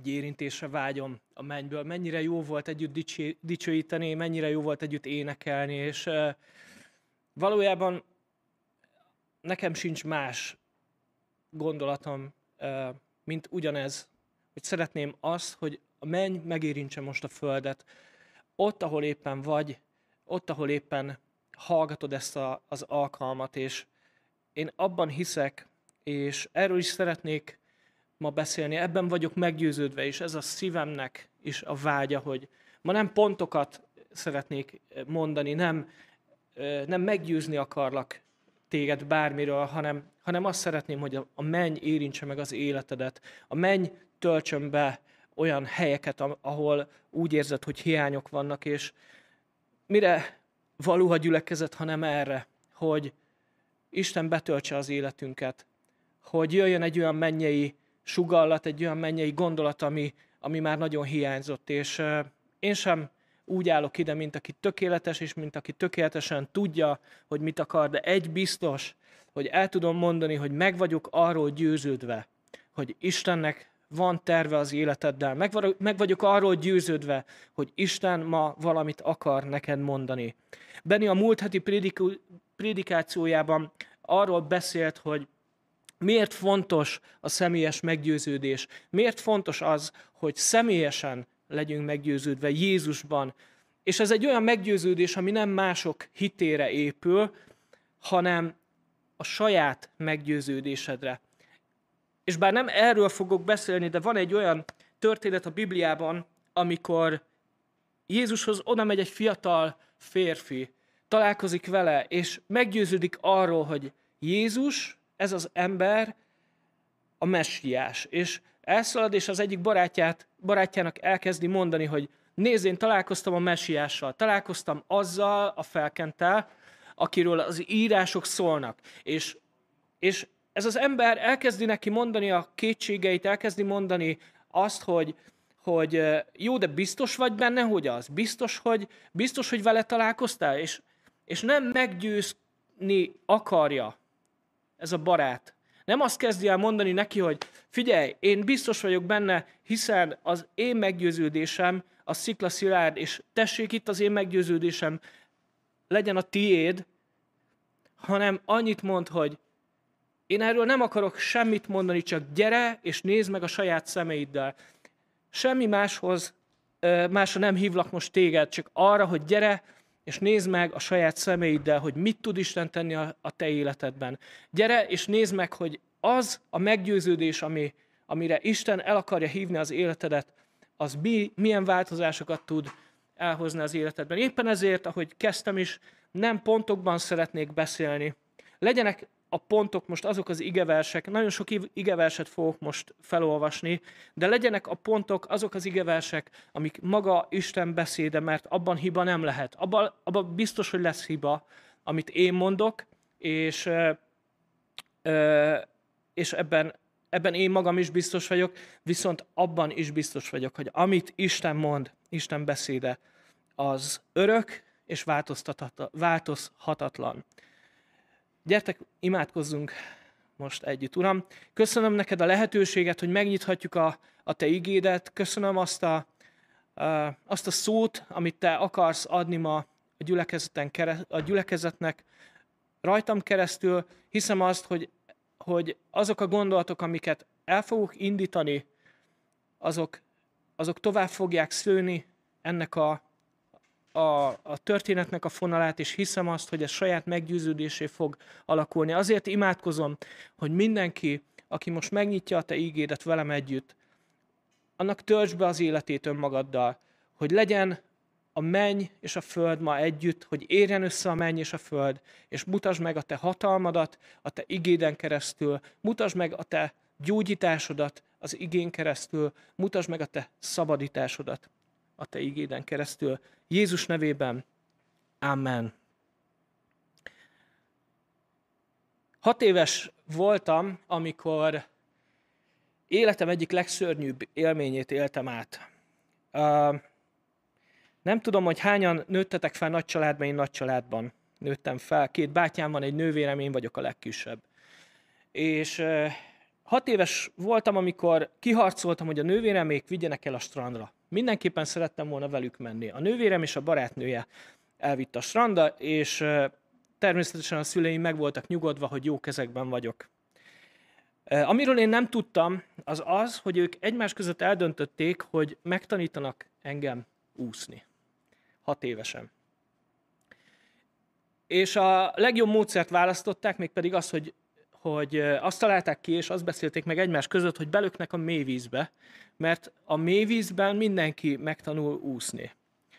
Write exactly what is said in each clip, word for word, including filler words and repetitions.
egy érintésre vágyom a mennyből. Mennyire jó volt együtt dicsé, dicsőíteni, mennyire jó volt együtt énekelni, és uh, valójában nekem sincs más gondolatom, uh, mint ugyanez, hogy szeretném azt, hogy a menny megérintse most a földet. Ott, ahol éppen vagy, ott, ahol éppen hallgatod ezt a, az alkalmat, és én abban hiszek, és erről is szeretnék ma beszélni, ebben vagyok meggyőződve, és ez a szívemnek is a vágya, hogy ma nem pontokat szeretnék mondani, nem, nem meggyőzni akarlak téged bármiről, hanem, hanem azt szeretném, hogy a menny érintse meg az életedet, a menny töltsön be olyan helyeket, ahol úgy érzed, hogy hiányok vannak, és mire való a gyülekezet, hanem erre, hogy Isten betöltse az életünket, hogy jöjjön egy olyan mennyei sugallat, egy olyan mennyei gondolat, ami, ami már nagyon hiányzott, és uh, én sem úgy állok ide, mint aki tökéletes, és mint aki tökéletesen tudja, hogy mit akar, de egy biztos, hogy el tudom mondani, hogy meg vagyok arról győződve, hogy Istennek van terve az életeddel. Meg, meg vagyok arról győződve, hogy Isten ma valamit akar neked mondani. Benni a múlt heti prédik- prédikációjában arról beszélt, hogy miért fontos a személyes meggyőződés, miért fontos az, hogy személyesen legyünk meggyőződve Jézusban. És ez egy olyan meggyőződés, ami nem mások hitére épül, hanem a saját meggyőződésedre. És bár nem erről fogok beszélni, de van egy olyan történet a Bibliában, amikor Jézushoz oda megy egy fiatal férfi, találkozik vele, és meggyőződik arról, hogy Jézus, ez az ember, a messiás. És elszalad, és az egyik barátját, barátjának elkezdi mondani, hogy nézd, én találkoztam a messiással, találkoztam azzal a felkenttel, akiről az írások szólnak. És, és ez az ember elkezdi neki mondani a kétségeit, elkezdi mondani azt, hogy, hogy jó, de biztos vagy benne, hogy az? Biztos, hogy, biztos, hogy vele találkoztál? És, és nem meggyőzni akarja ez a barát. Nem azt kezdi el mondani neki, hogy figyelj, én biztos vagyok benne, hiszen az én meggyőződésem a szikla szilárd, és tessék itt az én meggyőződésem, legyen a tiéd, hanem annyit mond, hogy én erről nem akarok semmit mondani, csak gyere, és nézd meg a saját szemeiddel. Semmi máshoz, másra nem hívlak most téged, csak arra, hogy gyere, és nézd meg a saját szemeiddel, hogy mit tud Isten tenni a, a te életedben. Gyere, és nézd meg, hogy az a meggyőződés, ami, amire Isten el akarja hívni az életedet, az mi, milyen változásokat tud elhozni az életedben. Éppen ezért, ahogy kezdtem is, nem pontokban szeretnék beszélni. Legyenek a pontok most azok az igeversek, nagyon sok igeverset fogok most felolvasni, de legyenek a pontok azok az igeversek, amik maga Isten beszéde, mert abban hiba nem lehet. Abban, abban biztos, hogy lesz hiba, amit én mondok, és, és ebben, ebben én magam is biztos vagyok, viszont abban is biztos vagyok, hogy amit Isten mond, Isten beszéde, az örök és változhatatlan. Gyertek, imádkozzunk most együtt. Uram, köszönöm neked a lehetőséget, hogy megnyithatjuk a, a te igédet. Köszönöm azt a, a, azt a szót, amit te akarsz adni ma a, gyülekezeten, a gyülekezetnek rajtam keresztül. Hiszem azt, hogy, hogy azok a gondolatok, amiket el fogok indítani, azok, azok tovább fogják szőni ennek a A, a történetnek a fonalát, és hiszem azt, hogy ez saját meggyőződésé fog alakulni. Azért imádkozom, hogy mindenki, aki most megnyitja a te ígédet velem együtt, annak töltsd be az életét önmagaddal, hogy legyen a menny és a föld ma együtt, hogy érjen össze a menny és a föld, és mutasd meg a te hatalmadat a te igéden keresztül, mutasd meg a te gyógyításodat az igén keresztül, mutasd meg a te szabadításodat a te igéden keresztül. Jézus nevében. Amen. Hat éves voltam, amikor életem egyik legszörnyűbb élményét éltem át. Uh, nem tudom, hogy hányan nőttetek fel nagy családban, én nagy családban nőttem fel. Két bátyám van, egy nővérem, én vagyok a legkisebb. És uh, hat éves voltam, amikor kiharcoltam, hogy a nővéremék vigyenek el a strandra. Mindenképpen szerettem volna velük menni. A nővérem és a barátnője elvitt a strandra, és természetesen a szüleim meg voltak nyugodva, hogy jó kezekben vagyok. Amiről én nem tudtam, az az, hogy ők egymás között eldöntötték, hogy megtanítanak engem úszni. Hat évesen. És a legjobb módszert választották, mégpedig az, hogy, hogy azt találták ki, és azt beszélték meg egymás között, hogy belöknek a mélyvízbe, mert a mélyvízben mindenki megtanul úszni.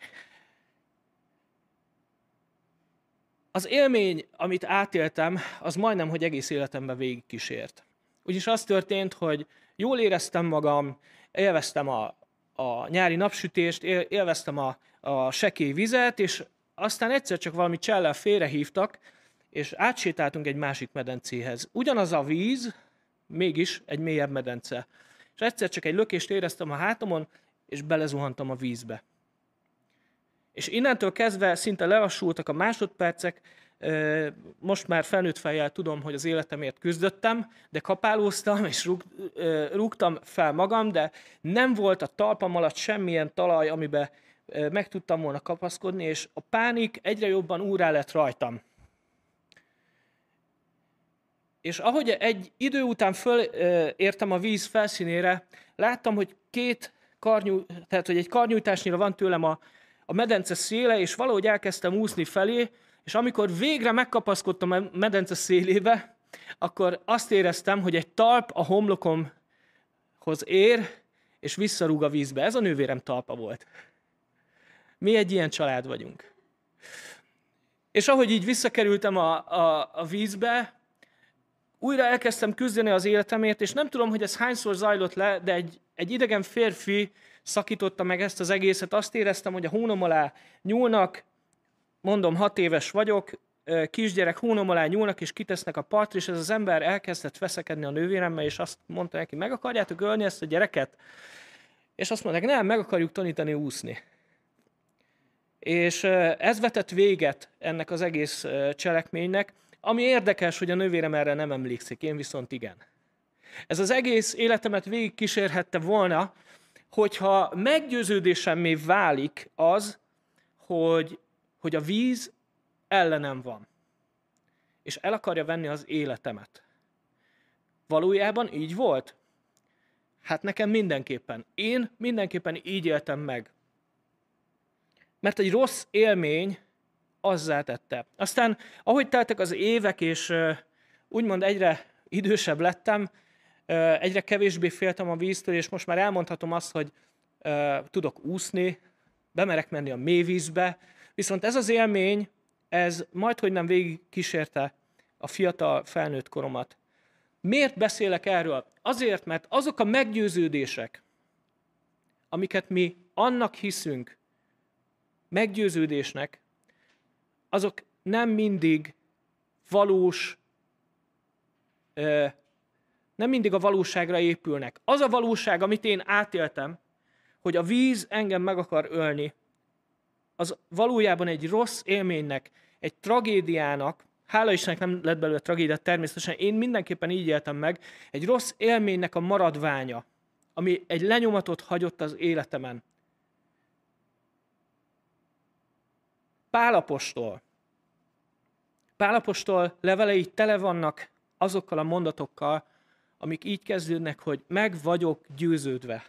Az élmény, amit átéltem, az majdnem, hogy egész életemben végigkísért. Úgyis az történt, hogy jól éreztem magam, élveztem a, a nyári napsütést, élveztem a, a sekély vizet, és aztán egyszer csak valami csellel félrehívtak, és átsétáltunk egy másik medencéhez. Ugyanaz a víz, mégis egy mélyebb medence. És egyszer csak egy lökést éreztem a hátamon, és belezuhantam a vízbe. És innentől kezdve szinte lelassultak a másodpercek, most már felnőtt fejjel tudom, hogy az életemért küzdöttem, de kapálóztam és rúg, rúgtam fel magam, de nem volt a talpam alatt semmilyen talaj, amiben meg tudtam volna kapaszkodni, és a pánik egyre jobban úrrá lett rajtam. És ahogy egy idő után fölértem a víz felszínére, láttam, hogy két karnyú, tehát hogy egy karnyújtásnyira van tőlem a, a medence széle, és valahogy elkezdtem úszni felé, és amikor végre megkapaszkodtam a medence szélébe, akkor azt éreztem, hogy egy talp a homlokomhoz ér, és visszarúg a vízbe. Ez a nővérem talpa volt. Mi egy ilyen család vagyunk. És ahogy így visszakerültem a, a, a vízbe, újra elkezdtem küzdeni az életemért, és nem tudom, hogy ez hányszor zajlott le, de egy, egy idegen férfi szakította meg ezt az egészet. Azt éreztem, hogy a hónom alá nyúlnak, mondom, hat éves vagyok, kisgyerek hónom alá nyúlnak, és kitesznek a partra, és ez az ember elkezdett veszekedni a nővéremmel, és azt mondta neki, meg akarjátok ölni ezt a gyereket? És azt mondták, nem, meg akarjuk tanítani úszni. És ez vetett véget ennek az egész cselekménynek, ami érdekes, hogy a nővérem erre nem emlékszik, én viszont igen. Ez az egész életemet végig kísérhette volna, hogyha meggyőződésemmé válik az, hogy, hogy a víz ellenem van, és el akarja venni az életemet. Valójában így volt? Hát nekem mindenképpen. Én mindenképpen így éltem meg. Mert egy rossz élmény azzá tette. Aztán, ahogy teltek az évek, és uh, úgymond egyre idősebb lettem, uh, egyre kevésbé féltem a víztől, és most már elmondhatom azt, hogy uh, tudok úszni, bemerek menni a mélyvízbe, viszont ez az élmény, ez majdhogy nem végig kísérte a fiatal felnőtt koromat. Miért beszélek erről? Azért, mert azok a meggyőződések, amiket mi annak hiszünk, meggyőződésnek, azok nem mindig valós, nem mindig a valóságra épülnek. Az a valóság, amit én átéltem, hogy a víz engem meg akar ölni, az valójában egy rossz élménynek, egy tragédiának, hála Istennek nem lett belőle tragédia, természetesen én mindenképpen így éltem meg, egy rossz élménynek a maradványa, ami egy lenyomatot hagyott az életemen. Pál apostol. Pál apostol levelei tele vannak azokkal a mondatokkal, amik így kezdődnek, hogy meg vagyok győződve.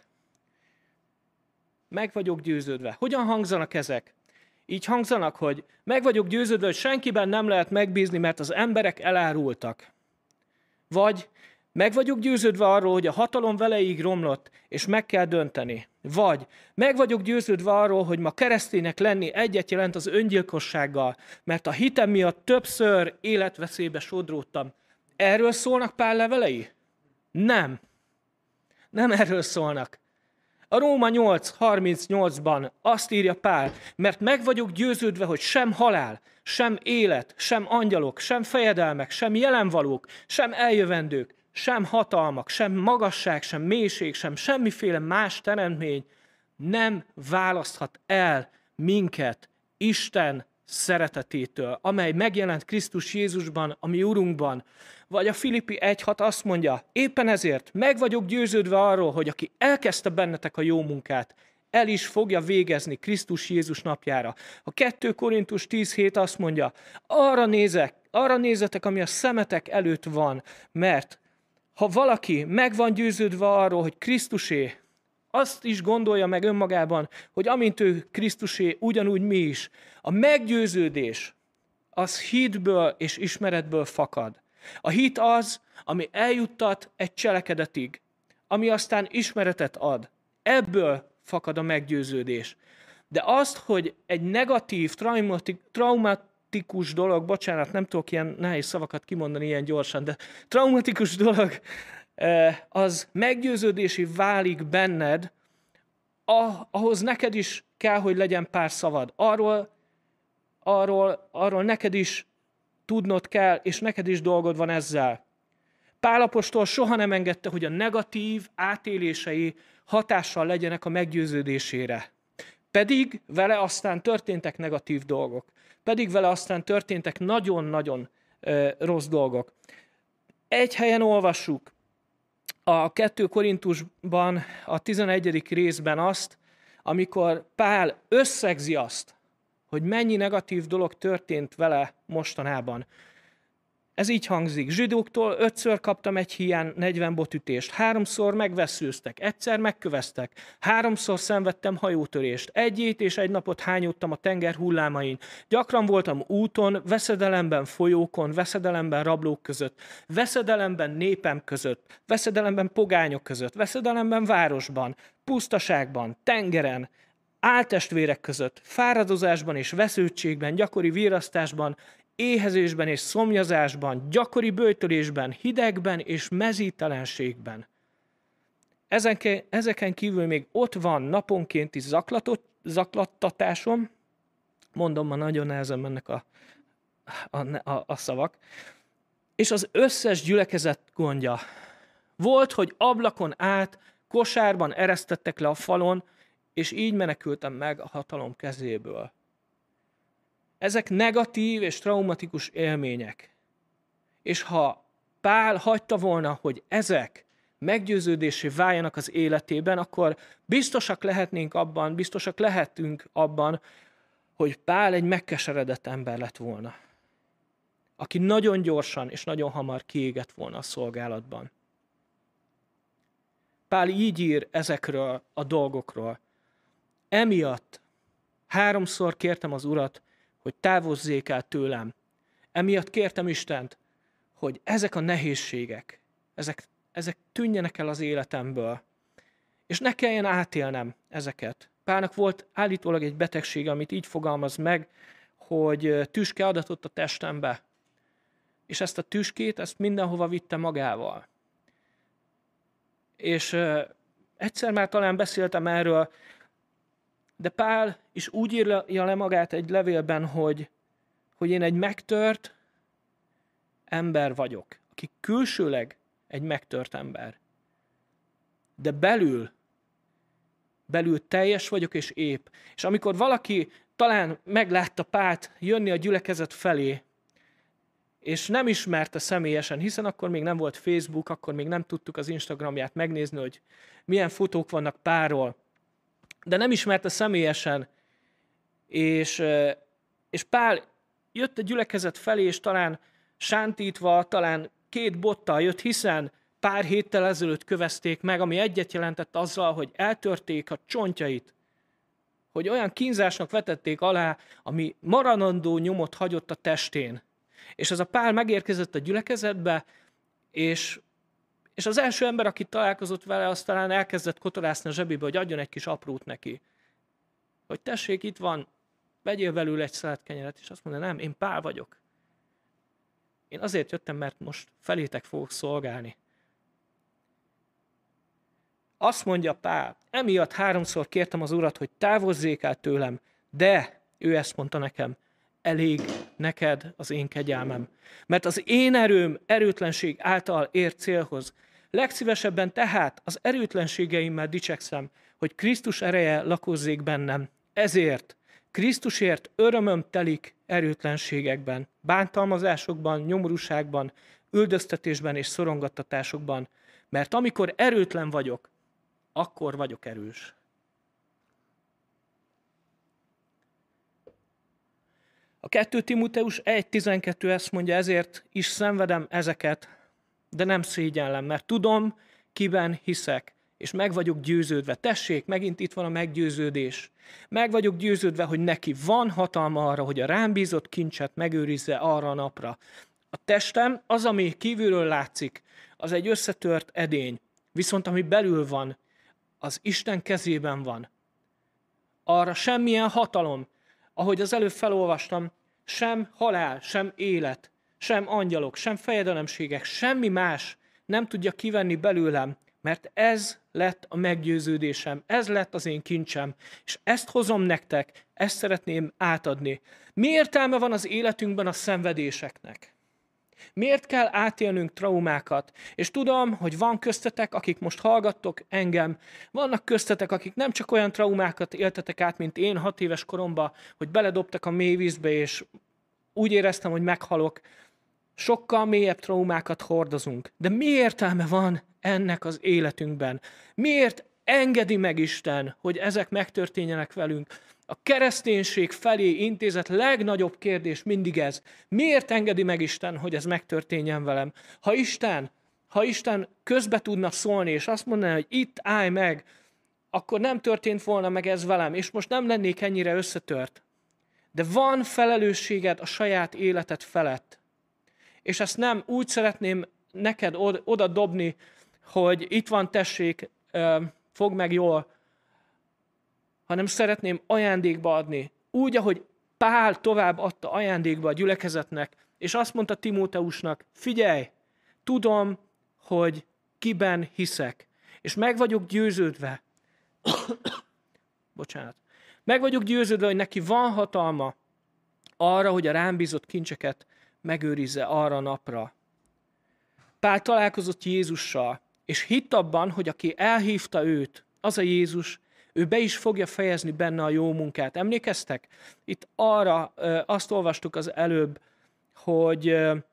Meg vagyok győződve. Hogyan hangzanak ezek? Így hangzanak, hogy meg vagyok győződve, hogy senkiben nem lehet megbízni, mert az emberek elárultak. Vagy meg vagyok győződve arról, hogy a hatalom veleig romlott, és meg kell dönteni. Vagy meg vagyok győződve arról, hogy ma kereszténynek lenni egyet jelent az öngyilkossággal, mert a hitem miatt többször életveszélybe sodródtam. Erről szólnak Pál levelei? Nem. Nem erről szólnak. A Róma nyolc harmincnyolcban azt írja Pál, mert meg vagyok győződve, hogy sem halál, sem élet, sem angyalok, sem fejedelmek, sem jelenvalók, sem eljövendők, sem hatalmak, sem magasság, sem mélység, sem semmiféle más teremtmény nem választhat el minket Isten szeretetétől, amely megjelent Krisztus Jézusban, a mi Urunkban. Vagy a Filippi egy hat azt mondja, éppen ezért meg vagyok győződve arról, hogy aki elkezdte bennetek a jó munkát, el is fogja végezni Krisztus Jézus napjára. A kettő Korintus tíz hét azt mondja, arra nézek, arra nézzetek, ami a szemetek előtt van, mert ha valaki meg van győződve arról, hogy Krisztusé, azt is gondolja meg önmagában, hogy amint ő Krisztusé, ugyanúgy mi is. A meggyőződés az hitből és ismeretből fakad. A hit az, ami eljuttat egy cselekedetig, ami aztán ismeretet ad. Ebből fakad a meggyőződés. De azt, hogy egy negatív, traumatikus dolog, bocsánat, nem tudok ilyen nehéz szavakat kimondani ilyen gyorsan, de traumatikus dolog, az meggyőződési válik benned, ahhoz neked is kell, hogy legyen pár szavad. Arról, arról, arról neked is tudnod kell, és neked is dolgod van ezzel. Pál apostol soha nem engedte, hogy a negatív átélései hatással legyenek a meggyőződésére. Pedig vele aztán történtek negatív dolgok. Pedig vele aztán történtek nagyon-nagyon e, rossz dolgok. Egy helyen olvassuk a kettő Korintusban, a tizenegyedik részben azt, amikor Pál összegzi azt, hogy mennyi negatív dolog történt vele mostanában. Ez így hangzik. Zsidóktól ötször kaptam egy híján negyven botütést, háromszor megveszőztek, egyszer megköveztek, háromszor szenvedtem hajótörést, egy ét és egy napot hányódtam a tenger hullámain. Gyakran voltam úton, veszedelemben folyókon, veszedelemben rablók között, veszedelemben népem között, veszedelemben pogányok között, veszedelemben városban, pusztaságban, tengeren, áltestvérek között, fáradozásban és vesződtségben, gyakori virrasztásban, éhezésben és szomjazásban, gyakori böjtölésben, hidegben és mezítelenségben. Ezeken, ezeken kívül még ott van naponkénti zaklatott, zaklattatásom, mondom, ma nagyon nehezen mennek a, a, a, a szavak, és az összes gyülekezet gondja. Volt, hogy ablakon át, kosárban eresztettek le a falon, és így menekültem meg a hatalom kezéből. Ezek negatív és traumatikus élmények. És ha Pál hagyta volna, hogy ezek meggyőződésé váljanak az életében, akkor biztosak lehetnénk abban, biztosak lehetünk abban, hogy Pál egy megkeseredett ember lett volna, aki nagyon gyorsan és nagyon hamar kiégett volna a szolgálatban. Pál így ír ezekről a dolgokról. Emiatt háromszor kértem az Urat, hogy távozzék el tőlem. Emiatt kértem Istent, hogy ezek a nehézségek, ezek, ezek tűnjenek el az életemből, és ne kelljen átélnem ezeket. Pálnak volt állítólag egy betegsége, amit így fogalmaz meg, hogy tüske adatott a testembe, és ezt a tüskét, ezt mindenhova vitte magával. És uh, egyszer már talán beszéltem erről, de Pál is úgy írja le magát egy levélben, hogy, hogy én egy megtört ember vagyok, aki külsőleg egy megtört ember. De belül, belül teljes vagyok és épp. És amikor valaki talán meglátta Pált jönni a gyülekezet felé, és nem ismerte személyesen, hiszen akkor még nem volt Facebook, akkor még nem tudtuk az Instagramját megnézni, hogy milyen fotók vannak Pálról, de nem ismerte személyesen, és, és Pál jött a gyülekezet felé, és talán sántítva, talán két bottal jött, hiszen pár héttel ezelőtt kövezték meg, ami egyet jelentett azzal, hogy eltörték a csontjait, hogy olyan kínzásnak vetették alá, ami maradandó nyomot hagyott a testén. És ez a Pál megérkezett a gyülekezetbe, és, és az első ember, aki találkozott vele, az talán elkezdett kotorászni a zsebébe, hogy adjon egy kis aprót neki. Hogy tessék, itt van, vegyél belőle egy szelet kenyeret, és azt mondja, nem, én Pál vagyok. Én azért jöttem, mert most felétek fogok szolgálni. Azt mondja Pál, emiatt háromszor kértem az Urat, hogy távozzék el tőlem, de ő ezt mondta nekem, elég neked az én kegyelmem. Mert az én erőm erőtlenség által ér célhoz. Legszívesebben tehát az erőtlenségeimmel dicsekszem, hogy Krisztus ereje lakozzék bennem. Ezért Krisztusért örömöm telik erőtlenségekben, bántalmazásokban, nyomorúságban, üldöztetésben és szorongattatásokban, mert amikor erőtlen vagyok, akkor vagyok erős. A kettő Timóteus egy tizenkettő ezt mondja, ezért is szenvedem ezeket, de nem szégyellem, mert tudom, kiben hiszek, és meg vagyok győződve. Tessék, megint itt van a meggyőződés. Meg vagyok győződve, hogy neki van hatalma arra, hogy a rám bízott kincset megőrizze arra a napra. A testem, az, ami kívülről látszik, az egy összetört edény, viszont ami belül van, az Isten kezében van. Arra semmilyen hatalom, ahogy az előbb felolvastam, sem halál, sem élet, sem angyalok, sem fejedelemségek, semmi más nem tudja kivenni belőlem, mert ez lett a meggyőződésem, ez lett az én kincsem, és ezt hozom nektek, ezt szeretném átadni. Mi értelme van az életünkben a szenvedéseknek? Miért kell átélnünk traumákat? És tudom, hogy van köztetek, akik most hallgattok engem, vannak köztetek, akik nem csak olyan traumákat éltetek át, mint én hat éves koromban, hogy beledobtak a mélyvízbe, és úgy éreztem, hogy meghalok. Sokkal mélyebb traumákat hordozunk. De mi értelme van ennek az életünkben? Miért engedi meg Isten, hogy ezek megtörténjenek velünk? A kereszténység felé intézett legnagyobb kérdés mindig ez. Miért engedi meg Isten, hogy ez megtörténjen velem? Ha Isten, ha Isten közbe tudna szólni, és azt mondaná, hogy itt állj meg, akkor nem történt volna meg ez velem, és most nem lennék ennyire összetört. De van felelősséged a saját életed felett. És ezt nem úgy szeretném neked oda dobni, hogy itt van, tessék, fogd meg jól, hanem szeretném ajándékba adni. Úgy, ahogy Pál tovább adta ajándékba a gyülekezetnek, és azt mondta Timóteusnak, figyelj, tudom, hogy kiben hiszek, és meg vagyok győződve, bocsánat, meg vagyok győződve, hogy neki van hatalma arra, hogy a rám bízott kincseket megőrizze arra a napra. Pál találkozott Jézussal, és hitt abban, hogy aki elhívta őt, az a Jézus, ő be is fogja fejezni benne a jó munkát. Emlékeztek? Itt arra azt olvastuk az előbb, hogy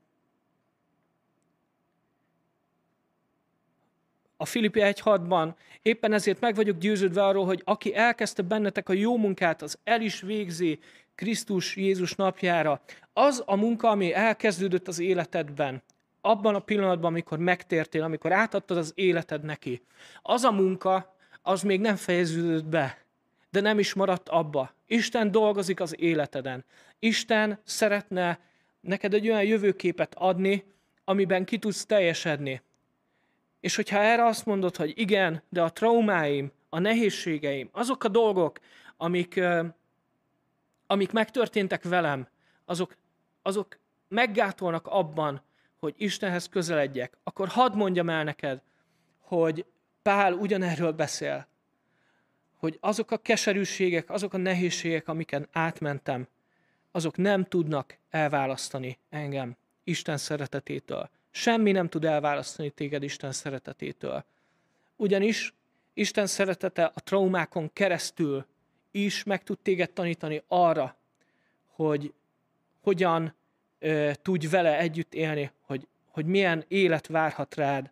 a Filippi egy hatban éppen ezért meg vagyok győződve arról, hogy aki elkezdte bennetek a jó munkát, az el is végzi Krisztus Jézus napjára. Az a munka, ami elkezdődött az életedben, abban a pillanatban, amikor megtértél, amikor átadtad az életed neki, az a munka, az még nem fejeződött be, de nem is maradt abba. Isten dolgozik az életeden. Isten szeretne neked egy olyan jövőképet adni, amiben ki tudsz teljesedni. És hogyha erre azt mondod, hogy igen, de a traumáim, a nehézségeim, azok a dolgok, amik, amik megtörténtek velem, azok, azok meggátolnak abban, hogy Istenhez közeledjek, akkor hadd mondjam el neked, hogy Pál ugyanerről beszél, hogy azok a keserűségek, azok a nehézségek, amiken átmentem, azok nem tudnak elválasztani engem Isten szeretetétől. Semmi nem tud elválasztani téged Isten szeretetétől. Ugyanis Isten szeretete a traumákon keresztül is meg tud téged tanítani arra, hogy hogyan ö, tudj vele együtt élni, hogy, hogy milyen élet várhat rád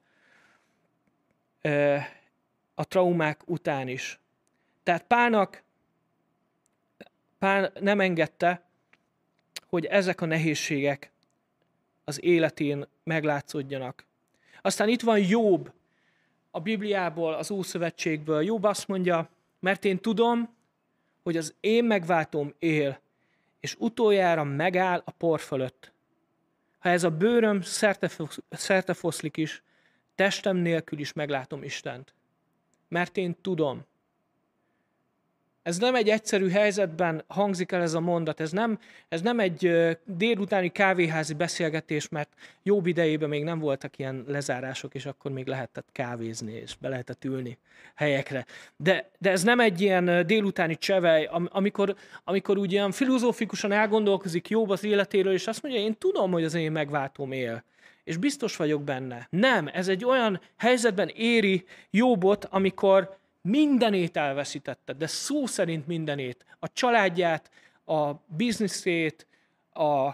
ö, a traumák után is. Tehát Pálnak, Pál nem engedte, hogy ezek a nehézségek az életén meglátszódjanak. Aztán itt van Jobb a Bibliából, az Ószövetségből. Jobb azt mondja, mert én tudom, hogy az én megváltóm él, és utoljára megáll a por fölött. Ha ez a bőröm szerte foszlik is, testem nélkül is meglátom Istent. Mert én tudom. Ez nem egy egyszerű helyzetben hangzik el ez a mondat, ez nem, ez nem egy délutáni kávéházi beszélgetés, mert Jobb idejében még nem voltak ilyen lezárások, és akkor még lehetett kávézni, és be lehetett ülni helyekre. De, de ez nem egy ilyen délutáni csevej, amikor, amikor úgy ilyen filozófikusan elgondolkozik Jobb az életéről, és azt mondja, én tudom, hogy az én megváltóm él, és biztos vagyok benne. Nem, ez egy olyan helyzetben éri Jobbot, amikor mindenét elveszítette, de szó szerint mindenét. A családját, a bizniszét, a,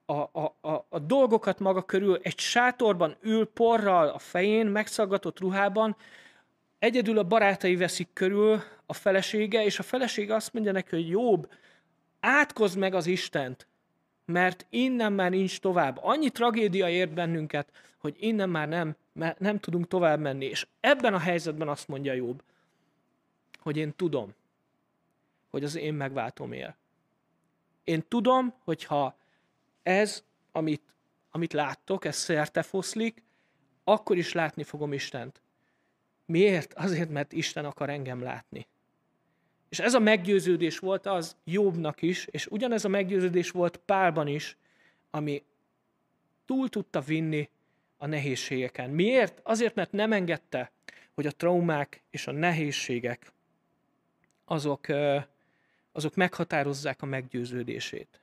a, a, a, a dolgokat maga körül, egy sátorban ül porral a fején, megszaggatott ruhában, egyedül a barátai veszik körül, a felesége, és a felesége azt mondja neki, hogy Jobb, átkozd meg az Istent, mert innen már nincs tovább. Annyi tragédia ért bennünket, hogy innen már nem, nem tudunk tovább menni. És ebben a helyzetben azt mondja Jobb, hogy én tudom, hogy az én megváltóm él. Én tudom, hogyha ez, amit, amit láttok, ez szertefoszlik, akkor is látni fogom Istent. Miért? Azért, mert Isten akar engem látni. És ez a meggyőződés volt az Jobbnak is, és ugyanez a meggyőződés volt Pálban is, ami túl tudta vinni a nehézségeken. Miért? Azért, mert nem engedte, hogy a traumák és a nehézségek azok, azok meghatározzák a meggyőződését.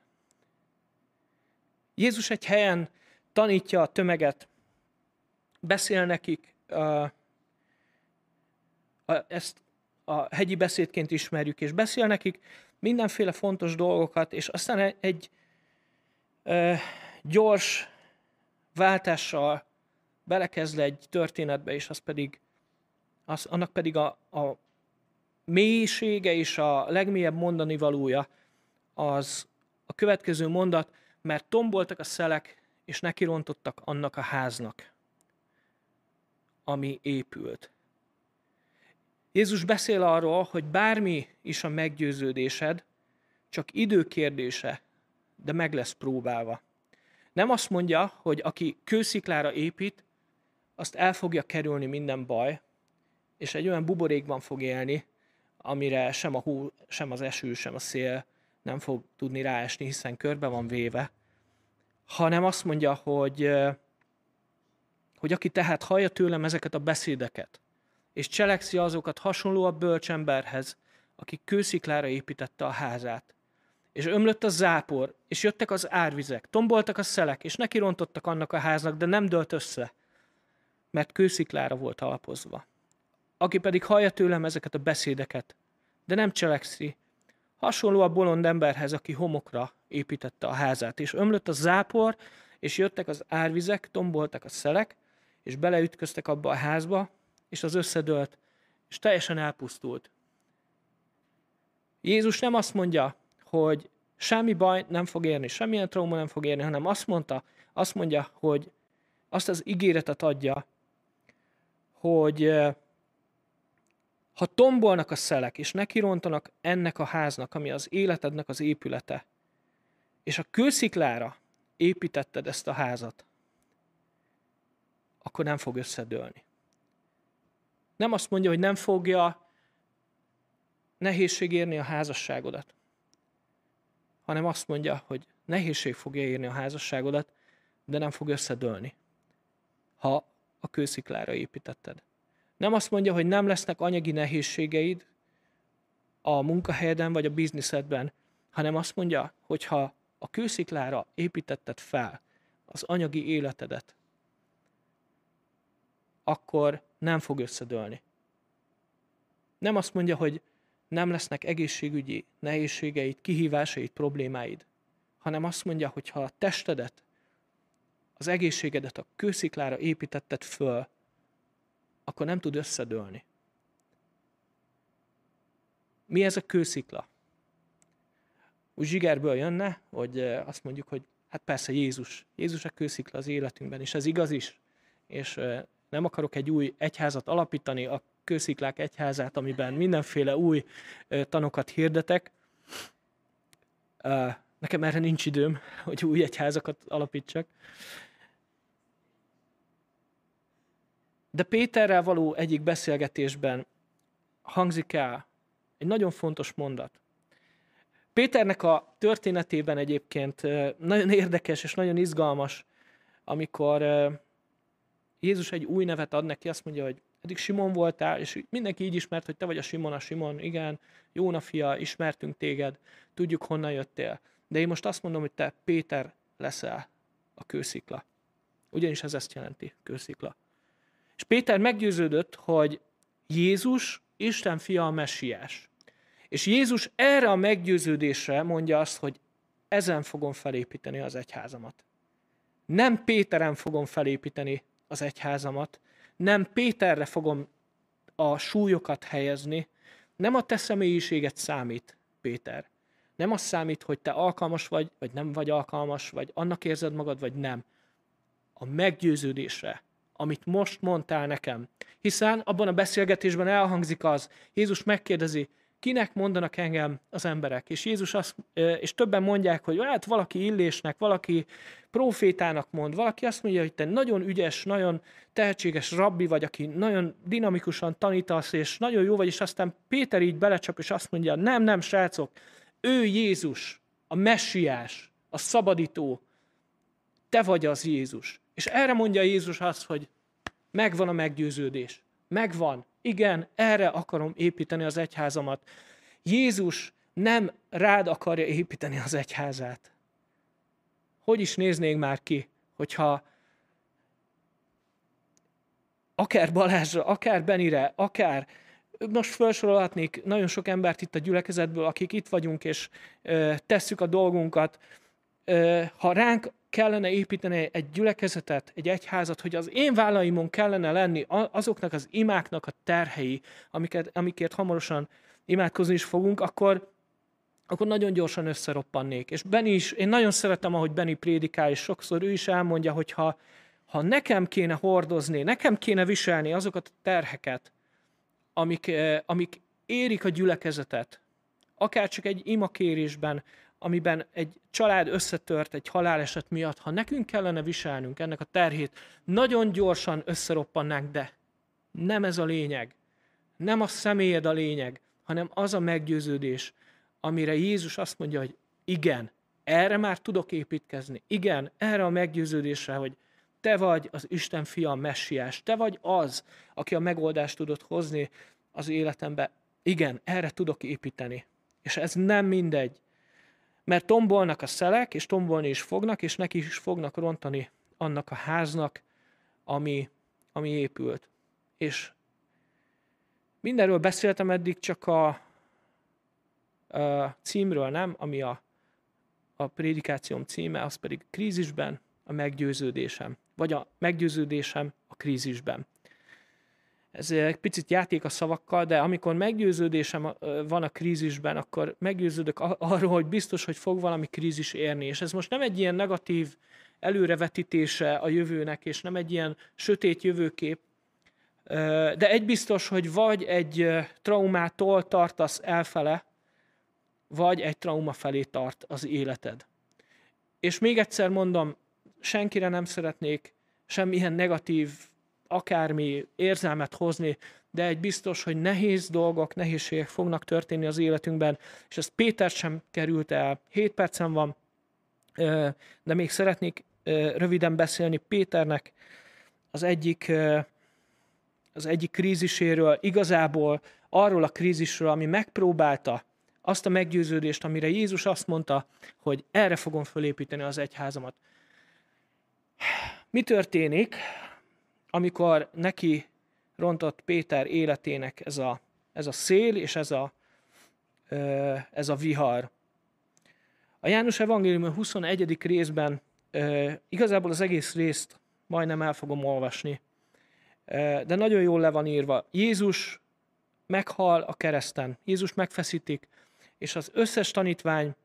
Jézus egy helyen tanítja a tömeget, beszél nekik, ezt a hegyi beszédként ismerjük, és beszél nekik mindenféle fontos dolgokat, és aztán egy ö, gyors váltással belekezd egy történetbe, és az pedig, az, annak pedig a, a mélysége és a legmélyebb mondani valója az a következő mondat, mert tomboltak a szelek, és nekirontottak annak a háznak, ami épült. Jézus beszél arról, hogy bármi is a meggyőződésed, csak idő kérdése, de meg lesz próbálva. Nem azt mondja, hogy aki kősziklára épít, azt el fogja kerülni minden baj, és egy olyan buborékban fog élni, amire sem a hó, sem az eső, sem a szél nem fog tudni ráesni, hiszen körbe van véve, hanem azt mondja, hogy, hogy aki tehát hallja tőlem ezeket a beszédeket, és cselekszi azokat hasonló a bölcsemberhez, aki kősziklára építette a házát. És ömlött a zápor, és jöttek az árvizek, tomboltak a szelek, és nekirontottak annak a háznak, de nem dőlt össze, mert kősziklára volt alapozva. Aki pedig hallja tőlem ezeket a beszédeket, de nem cselekszi, hasonló a bolond emberhez, aki homokra építette a házát. És ömlött a zápor, és jöttek az árvizek, tomboltak a szelek, és beleütköztek abba a házba, és az összedőlt, és teljesen elpusztult. Jézus nem azt mondja, hogy semmi baj nem fog érni, semmilyen trauma nem fog érni, hanem azt mondta, azt mondja, hogy azt az ígéretet adja, hogy ha tombolnak a szelek, és nekirontanak ennek a háznak, ami az életednek az épülete, és a kősziklára építetted ezt a házat, akkor nem fog összedőlni. Nem azt mondja, hogy nem fogja nehézség érni a házasságodat, hanem azt mondja, hogy nehézség fogja érni a házasságodat, de nem fog összedőlni, ha a kősziklára építetted. Nem azt mondja, hogy nem lesznek anyagi nehézségeid a munkahelyeden vagy a bizniszedben, hanem azt mondja, hogy ha a kősziklára építetted fel az anyagi életedet, akkor nem fog összedőlni. Nem azt mondja, hogy nem lesznek egészségügyi nehézségeid, kihívásaid, problémáid, hanem azt mondja, hogy ha a testedet, az egészségedet a kősziklára építetted föl, akkor nem tud összedőlni. Mi ez a kőszikla? Úgy zsigerből jönne, hogy azt mondjuk, hogy hát persze Jézus. Jézus a kőszikla az életünkben, és ez igaz is. És nem akarok egy új egyházat alapítani, a kősziklák egyházát, amiben mindenféle új tanokat hirdetek. Nekem erre nincs időm, hogy új egyházakat alapítsak. De Péterrel való egyik beszélgetésben hangzik el egy nagyon fontos mondat. Péternek a történetében egyébként nagyon érdekes és nagyon izgalmas, amikor Jézus egy új nevet ad neki, azt mondja, hogy eddig Simon voltál, és mindenki így ismert, hogy te vagy a Simon, a Simon, igen, Jóna fia, ismertünk téged, tudjuk honnan jöttél. De én most azt mondom, hogy te Péter leszel, a kőszikla. Ugyanis ez ezt jelenti, kőszikla. És Péter meggyőződött, hogy Jézus Isten fia, a messiás. És Jézus erre a meggyőződésre mondja azt, hogy ezen fogom felépíteni az egyházamat. Nem Péteren fogom felépíteni az egyházamat, nem Péterre fogom a súlyokat helyezni, nem a te személyiséget számít, Péter. Nem az számít, hogy te alkalmas vagy, vagy nem vagy alkalmas, vagy annak érzed magad, vagy nem. A meggyőződésre, amit most mondtál nekem. Hiszen abban a beszélgetésben elhangzik az, Jézus megkérdezi, kinek mondanak engem az emberek? És Jézus azt, és többen mondják, hogy hát valaki Illésnek, valaki prófétának mond, valaki azt mondja, hogy te nagyon ügyes, nagyon tehetséges rabbi vagy, aki nagyon dinamikusan tanítasz, és nagyon jó vagy, és aztán Péter így belecsap, és azt mondja, nem, nem, srácok, ő Jézus, a messiás, a szabadító, te vagy az Jézus. És erre mondja Jézus azt, hogy megvan a meggyőződés. Megvan. Igen, erre akarom építeni az egyházamat. Jézus nem rád akarja építeni az egyházát. Hogy is néznénk már ki, hogyha akár Balázsra, akár Benire, akár most felsorolhatnék nagyon sok embert itt a gyülekezetből, akik itt vagyunk, és ö, tesszük a dolgunkat. Ö, ha ránk kellene építeni egy gyülekezetet, egy egyházat, hogy az én vállaimon kellene lenni azoknak az imáknak a terhei, amiket, amikért hamarosan imádkozni is fogunk, akkor, akkor nagyon gyorsan összeroppannék. És Beni is, én nagyon szeretem, ahogy Beni prédikál, és sokszor ő is elmondja, hogy ha, ha nekem kéne hordozni, nekem kéne viselni azokat a terheket, amik, amik érik a gyülekezetet, akár csak egy imakérésben, amiben egy család összetört egy haláleset miatt, ha nekünk kellene viselnünk ennek a terhét, nagyon gyorsan összeroppannánk, de nem ez a lényeg. Nem a személyed a lényeg, hanem az a meggyőződés, amire Jézus azt mondja, hogy igen, erre már tudok építkezni. Igen, erre a meggyőződésre, hogy te vagy az Isten fia, a messiás. Te vagy az, aki a megoldást tudod hozni az életembe. Igen, erre tudok építeni. És ez nem mindegy. Mert tombolnak a szelek, és tombolni is fognak, és neki is fognak rontani annak a háznak, ami, ami épült. És mindenről beszéltem eddig, csak a, a címről nem, ami a, a prédikációm címe, az pedig krízisben a meggyőződésem. Vagy a meggyőződésem a krízisben. Ez egy picit játék a szavakkal, de amikor meggyőződésem van a krízisben, akkor meggyőződök arról, hogy biztos, hogy fog valami krízis érni. És ez most nem egy ilyen negatív előrevetítése a jövőnek, és nem egy ilyen sötét jövőkép, de egy biztos, hogy vagy egy traumától tartasz elfele, vagy egy trauma felé tart az életed. És még egyszer mondom, senkire nem szeretnék semmilyen negatív akármi érzelmet hozni, de egy biztos, hogy nehéz dolgok, nehézségek fognak történni az életünkben, és ezt Péter sem került el. Hét percen van, de még szeretnék röviden beszélni Péternek az egyik, az egyik kríziséről, igazából arról a krízisről, ami megpróbálta azt a meggyőződést, amire Jézus azt mondta, hogy erre fogom fölépíteni az egyházamat. Mi történik, amikor neki rontott Péter életének ez a, ez a szél és ez a, ez a vihar? A János Evangélium huszonegyedik részben, igazából az egész részt majdnem el fogom olvasni, de nagyon jól le van írva. Jézus meghal a kereszten, Jézus megfeszítik, és az összes tanítvány,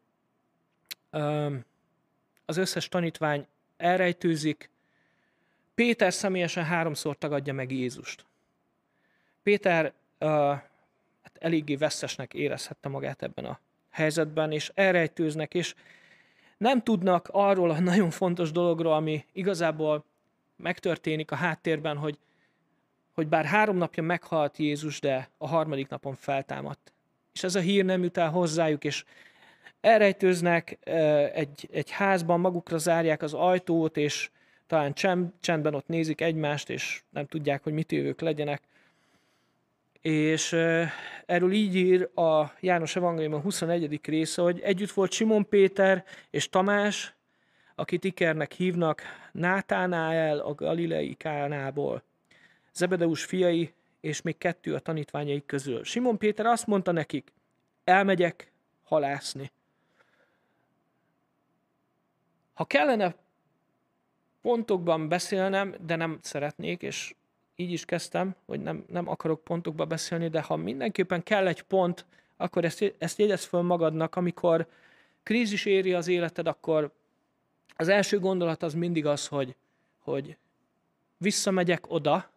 az összes tanítvány elrejtőzik. Péter személyesen háromszor tagadja meg Jézust. Péter uh, hát eléggé vesztesnek érezhette magát ebben a helyzetben, és elrejtőznek, és nem tudnak arról a nagyon fontos dologról, ami igazából megtörténik a háttérben, hogy, hogy bár három napja meghalt Jézus, de a harmadik napon feltámadt. És ez a hír nem jut el hozzájuk, és elrejtőznek egy, egy házban, magukra zárják az ajtót, és talán csendben ott nézik egymást, és nem tudják, hogy mit jövők legyenek. És erről így ír a János Evangélium a huszonegyedik része, hogy együtt volt Simon Péter és Tamás, akit Ikernek hívnak, Nátánael a galilei Kánából, Zebedeus fiai, és még kettő a tanítványaik közül. Simon Péter azt mondta nekik, elmegyek halászni. Ha kellene pontokban beszélnem, de nem szeretnék, és így is kezdtem, hogy nem, nem akarok pontokba beszélni, de ha mindenképpen kell egy pont, akkor ezt, ezt jegyezd föl magadnak, amikor krízis éri az életed, akkor az első gondolat az mindig az, hogy, hogy visszamegyek oda,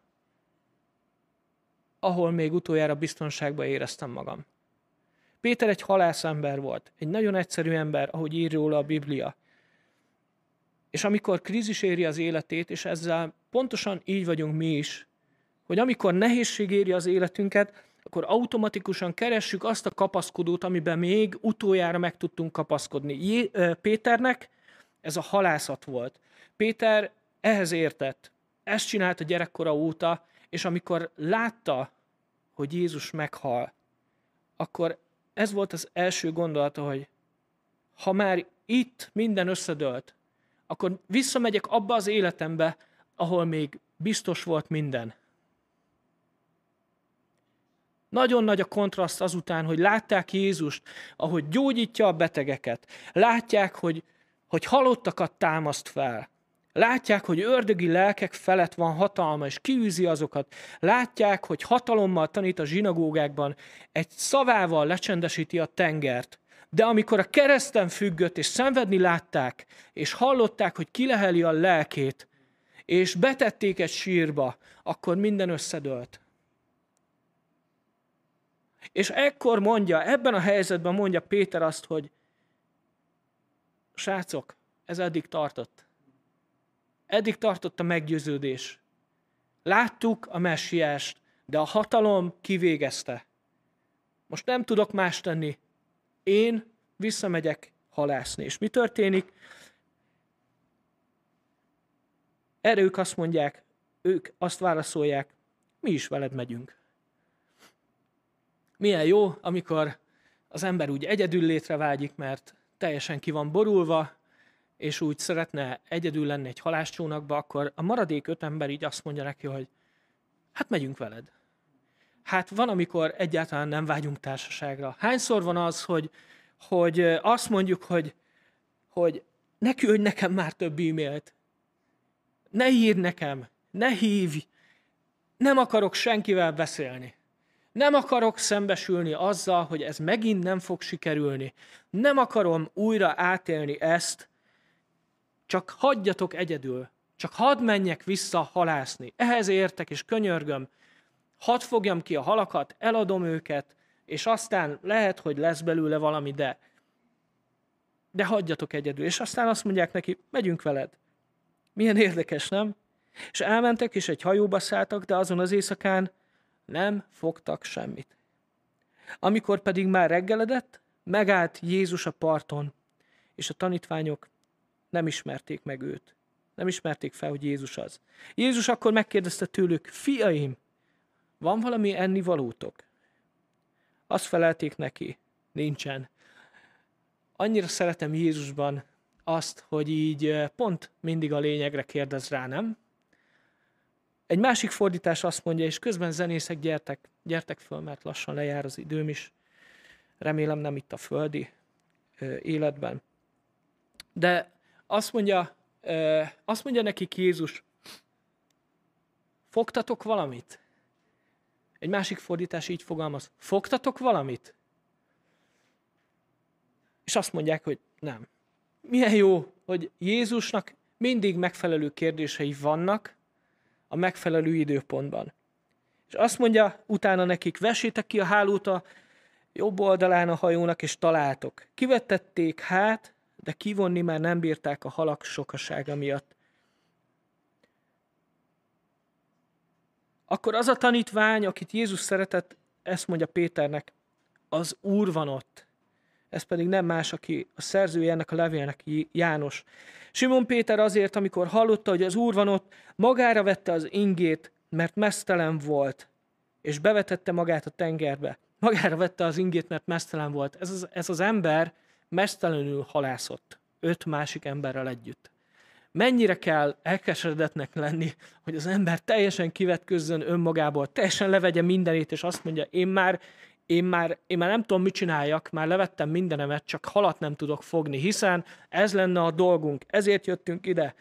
ahol még utoljára biztonságban éreztem magam. Péter egy halászember volt, egy nagyon egyszerű ember, ahogy ír róla a Biblia. És amikor krízis éri az életét, és ezzel pontosan így vagyunk mi is, hogy amikor nehézség éri az életünket, akkor automatikusan keressük azt a kapaszkodót, amiben még utoljára meg tudtunk kapaszkodni. Jé, Péternek ez a halászat volt. Péter ehhez értett. Ezt csinálta gyerekkora óta, és amikor látta, hogy Jézus meghal, akkor ez volt az első gondolata, hogy ha már itt minden összedőlt, akkor visszamegyek abba az életembe, ahol még biztos volt minden. Nagyon nagy a kontraszt azután, hogy látták Jézust, ahogy gyógyítja a betegeket. Látják, hogy, hogy halottakat támaszt fel. Látják, hogy ördögi lelkek felett van hatalma, és kiűzi azokat. Látják, hogy hatalommal tanít a zsinagógákban, egy szavával lecsendesíti a tengert. De amikor a kereszten függött, és szenvedni látták, és hallották, hogy kileheli a lelkét, és betették egy sírba, akkor minden összedőlt. És ekkor mondja, ebben a helyzetben mondja Péter azt, hogy srácok, ez eddig tartott. Eddig tartott a meggyőződés. Láttuk a messiást, de a hatalom kivégezte. Most nem tudok más tenni. Én visszamegyek halászni. És mi történik? Erre ők azt mondják, ők azt válaszolják, mi is veled megyünk. Milyen jó, amikor az ember úgy egyedül létre vágyik, mert teljesen ki van borulva, és úgy szeretne egyedül lenni egy halászcsónakba, akkor a maradék öt ember így azt mondja neki, hogy hát megyünk veled. Hát van, amikor egyáltalán nem vágyunk társaságra. Hányszor van az, hogy, hogy azt mondjuk, hogy, hogy ne küldj nekem már több e-mailt, ne írj nekem, ne hívj, nem akarok senkivel beszélni. Nem akarok szembesülni azzal, hogy ez megint nem fog sikerülni. Nem akarom újra átélni ezt, csak hagyjatok egyedül. Csak hadd menjek vissza halászni. Ehhez értek, és könyörgöm. Hadd fogjam ki a halakat, eladom őket, és aztán lehet, hogy lesz belőle valami, de, de hagyjatok egyedül. És aztán azt mondják neki, megyünk veled. Milyen érdekes, nem? És elmentek, és egy hajóba szálltak, de azon az éjszakán nem fogtak semmit. Amikor pedig már reggeledett, megállt Jézus a parton, és a tanítványok nem ismerték meg őt. Nem ismerték fel, hogy Jézus az. Jézus akkor megkérdezte tőlük, fiaim, van valami ennivalótok? Azt felelték neki, nincsen. Annyira szeretem Jézusban azt, hogy így pont mindig a lényegre kérdez rá, nem? Egy másik fordítás azt mondja, és közben zenészek, gyertek, gyertek föl, mert lassan lejár az időm is. Remélem nem itt a földi ö, életben. De azt mondja, ö, azt mondja nekik Jézus, fogtatok valamit? Egy másik fordítás így fogalmaz, fogtatok valamit? És azt mondják, hogy nem. Milyen jó, hogy Jézusnak mindig megfelelő kérdései vannak, a megfelelő időpontban. És azt mondja utána nekik, vessétek ki a hálót a jobb oldalán a hajónak, és találtok. Kivetették hát, de kivonni már nem bírták a halak sokasága miatt. Akkor az a tanítvány, akit Jézus szeretett, ezt mondja Péternek, az Úr van ott. Ez pedig nem más, aki a szerzője ennek a levélnek, János. Simon Péter azért, amikor hallotta, hogy az Úr van ott, magára vette az ingét, mert meztelen volt, és bevetette magát a tengerbe. Magára vette az ingét, mert meztelen volt. Ez az, ez az ember meztelenül halászott, öt másik emberrel együtt. Mennyire kell elkeseredetnek lenni, hogy az ember teljesen kivetközzön önmagából, teljesen levegye mindenét, és azt mondja, én már, én már, én már nem tudom, mit csináljak, már levettem mindenemet, csak halat nem tudok fogni, hiszen ez lenne a dolgunk, ezért jöttünk ide.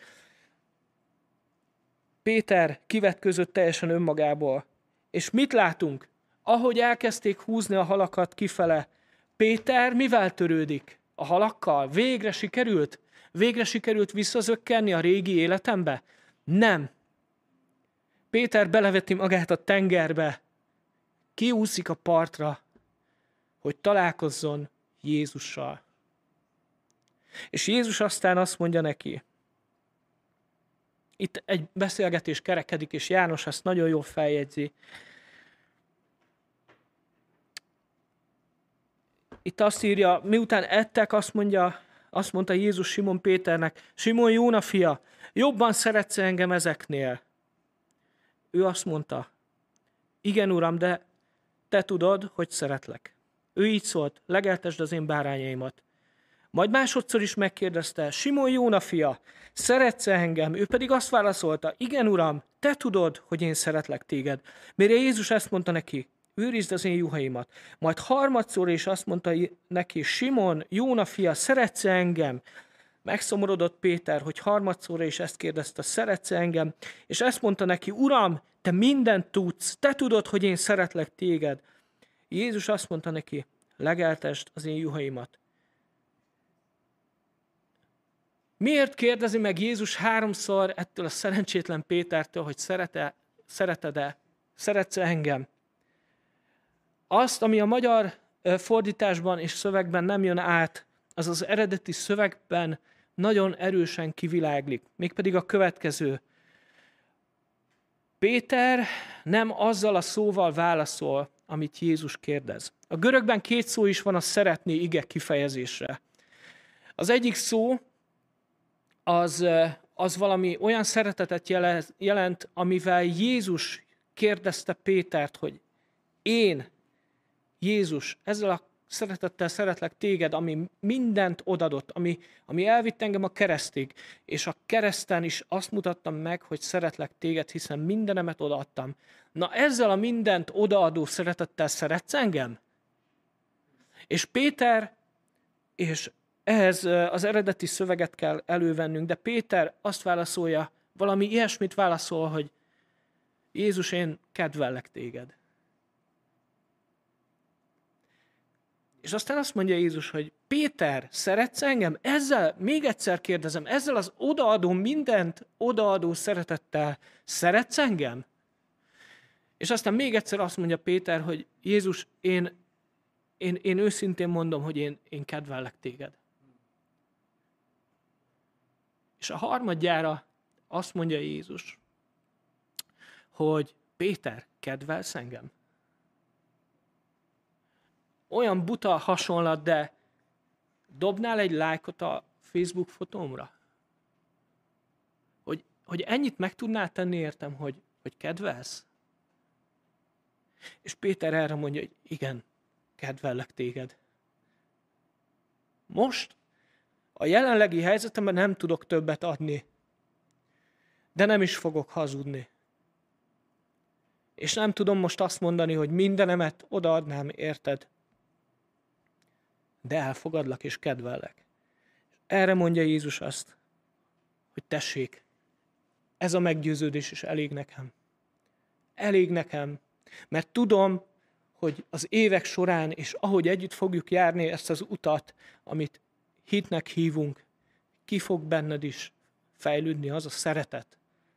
Péter kivetközött teljesen önmagából. És mit látunk? Ahogy elkezdték húzni a halakat kifele, Péter mivel törődik? A halakkal? Végre sikerült? Végre sikerült visszazökkenni a régi életembe? Nem. Péter beleveti magát a tengerbe, kiúszik a partra, hogy találkozzon Jézussal. És Jézus aztán azt mondja neki, itt egy beszélgetés kerekedik, és János ezt nagyon jól feljegyzi. Itt azt írja, miután ettek, azt mondja, azt mondta Jézus Simon Péternek, Simon Jóna fia, jobban szeretsz engem ezeknél? Ő azt mondta, igen, Uram, de te tudod, hogy szeretlek. Ő így szólt, legeltesd az én bárányaimat. Majd másodszor is megkérdezte, Simon Jóna fia, szeretsz engem? Ő pedig azt válaszolta, igen, Uram, te tudod, hogy én szeretlek téged. Mire Jézus ezt mondta neki, őrizd az én juhaimat. Majd harmadszor is azt mondta neki, Simon Jóna fia, szeretsz engem? Megszomorodott Péter, hogy harmadszorra is ezt kérdezte, szeretsz engem? És ezt mondta neki, Uram, te mindent tudsz, te tudod, hogy én szeretlek téged. Jézus azt mondta neki, legeltesd az én juhaimat. Miért kérdezi meg Jézus háromszor ettől a szerencsétlen Pétertől, hogy szerete, szereted-e, szeretsz-e engem? Azt, ami a magyar fordításban és szövegben nem jön át, az az eredeti szövegben nagyon erősen kiviláglik. Mégpedig a következő. Péter nem azzal a szóval válaszol, amit Jézus kérdez. A görögben két szó is van a szeretni ige kifejezésre. Az egyik szó az, az valami olyan szeretetet jelent, amivel Jézus kérdezte Pétert, hogy én, Jézus, ezzel a szeretettel szeretlek téged, ami mindent odadott, ami, ami elvitt engem a keresztig, és a kereszten is azt mutattam meg, hogy szeretlek téged, hiszen mindenemet odaadtam. Na ezzel a mindent odaadó szeretettel szeretsz engem? És Péter, és ehhez az eredeti szöveget kell elővennünk, de Péter azt válaszolja, valami ilyesmit válaszol, hogy Jézus, én kedvellek téged. És aztán azt mondja Jézus, hogy Péter, szeretsz engem? Ezzel, még egyszer kérdezem, ezzel az odaadó, mindent odaadó szeretettel szeretsz engem? És aztán még egyszer azt mondja Péter, hogy Jézus, én, én, én őszintén mondom, hogy én, én kedvellek téged. És a harmadjára azt mondja Jézus, hogy Péter, kedvelsz engem? Olyan buta hasonlat, de dobnál egy lájkot a Facebook fotómra? Hogy, hogy ennyit meg tudnál tenni értem, hogy, hogy kedvelsz? És Péter erre mondja, hogy igen, kedvellek téged. Most a jelenlegi helyzetemben nem tudok többet adni, de nem is fogok hazudni. És nem tudom most azt mondani, hogy mindenemet odaadnám, érted? De elfogadlak és kedvellek. Erre mondja Jézus azt, hogy tessék, ez a meggyőződés is elég nekem. Elég nekem, mert tudom, hogy az évek során, és ahogy együtt fogjuk járni ezt az utat, amit hitnek hívunk, ki fog benned is fejlődni az a szeretet,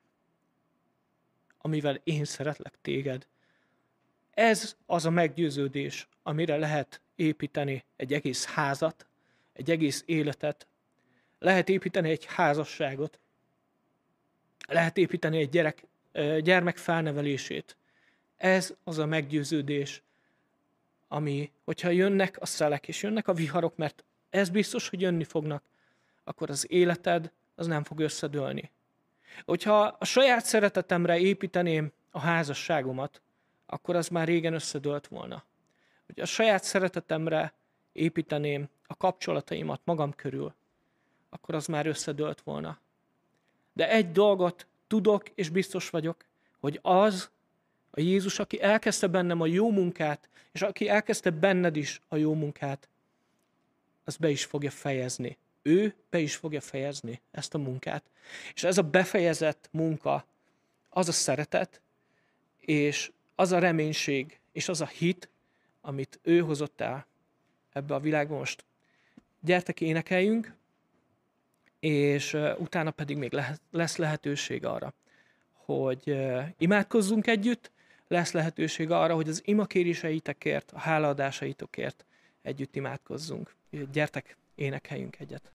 amivel én szeretlek téged. Ez az a meggyőződés, amire lehet építeni egy egész házat, egy egész életet, lehet építeni egy házasságot, lehet építeni egy gyerek, gyermek felnevelését. Ez az a meggyőződés, ami, hogyha jönnek a szelek és jönnek a viharok, mert ez biztos, hogy jönni fognak, akkor az életed az nem fog összedőlni. Hogyha a saját szeretetemre építeném a házasságomat, akkor az már régen összedőlt volna. Hogyha a saját szeretetemre építeném a kapcsolataimat magam körül, akkor az már összedőlt volna. De egy dolgot tudok, és biztos vagyok, hogy az, A Jézus, aki elkezdte bennem a jó munkát, és aki elkezdte benned is a jó munkát, az be is fogja fejezni. Ő be is fogja fejezni ezt a munkát. És ez a befejezett munka, az a szeretet, és az a reménység, és az a hit, amit ő hozott el ebbe a világba. Most gyertek, énekeljünk, és utána pedig még lesz lehetőség arra, hogy imádkozzunk együtt, lesz lehetőség arra, hogy az imakéréseitekért, a hálaadásaitokért együtt imádkozzunk. Gyertek, énekeljünk egyet.